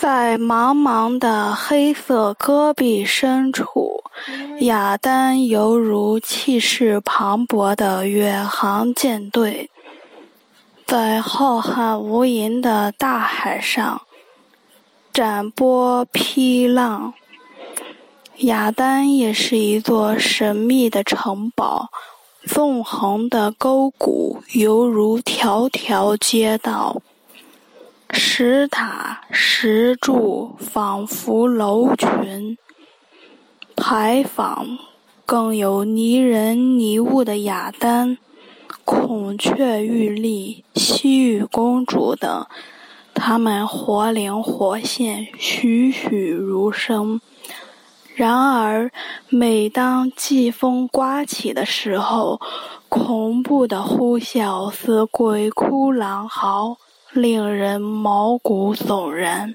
在茫茫的黑色戈壁深处，雅丹犹如气势磅礴的远航舰队，在浩瀚无垠的大海上展波劈浪。雅丹也是一座神秘的城堡，纵横的沟谷犹如条条街道，石塔石柱仿佛楼群，牌坊更有泥人泥物的雅丹、孔雀玉立、西域公主等，它们活灵活现，栩栩如生。然而每当季风刮起的时候，恐怖的呼啸似鬼哭狼嚎，令人毛骨悚然。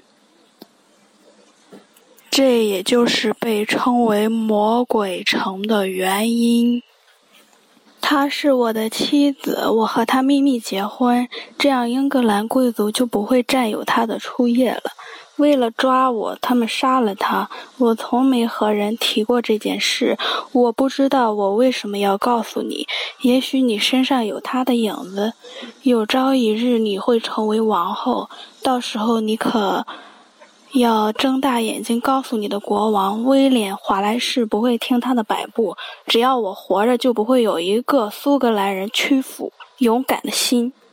这也就是被称为魔鬼城的原因。她是我的妻子，我和她秘密结婚，这样英格兰贵族就不会占有她的初夜了。为了抓我，他们杀了她。我从没和人提过这件事，我不知道我为什么要告诉你。也许你身上有她的影子，有朝一日你会成为王后，到时候你可要睁大眼睛告诉你的国王，威廉·华莱士不会听他的摆布，只要我活着就不会有一个苏格兰人屈服勇敢的心。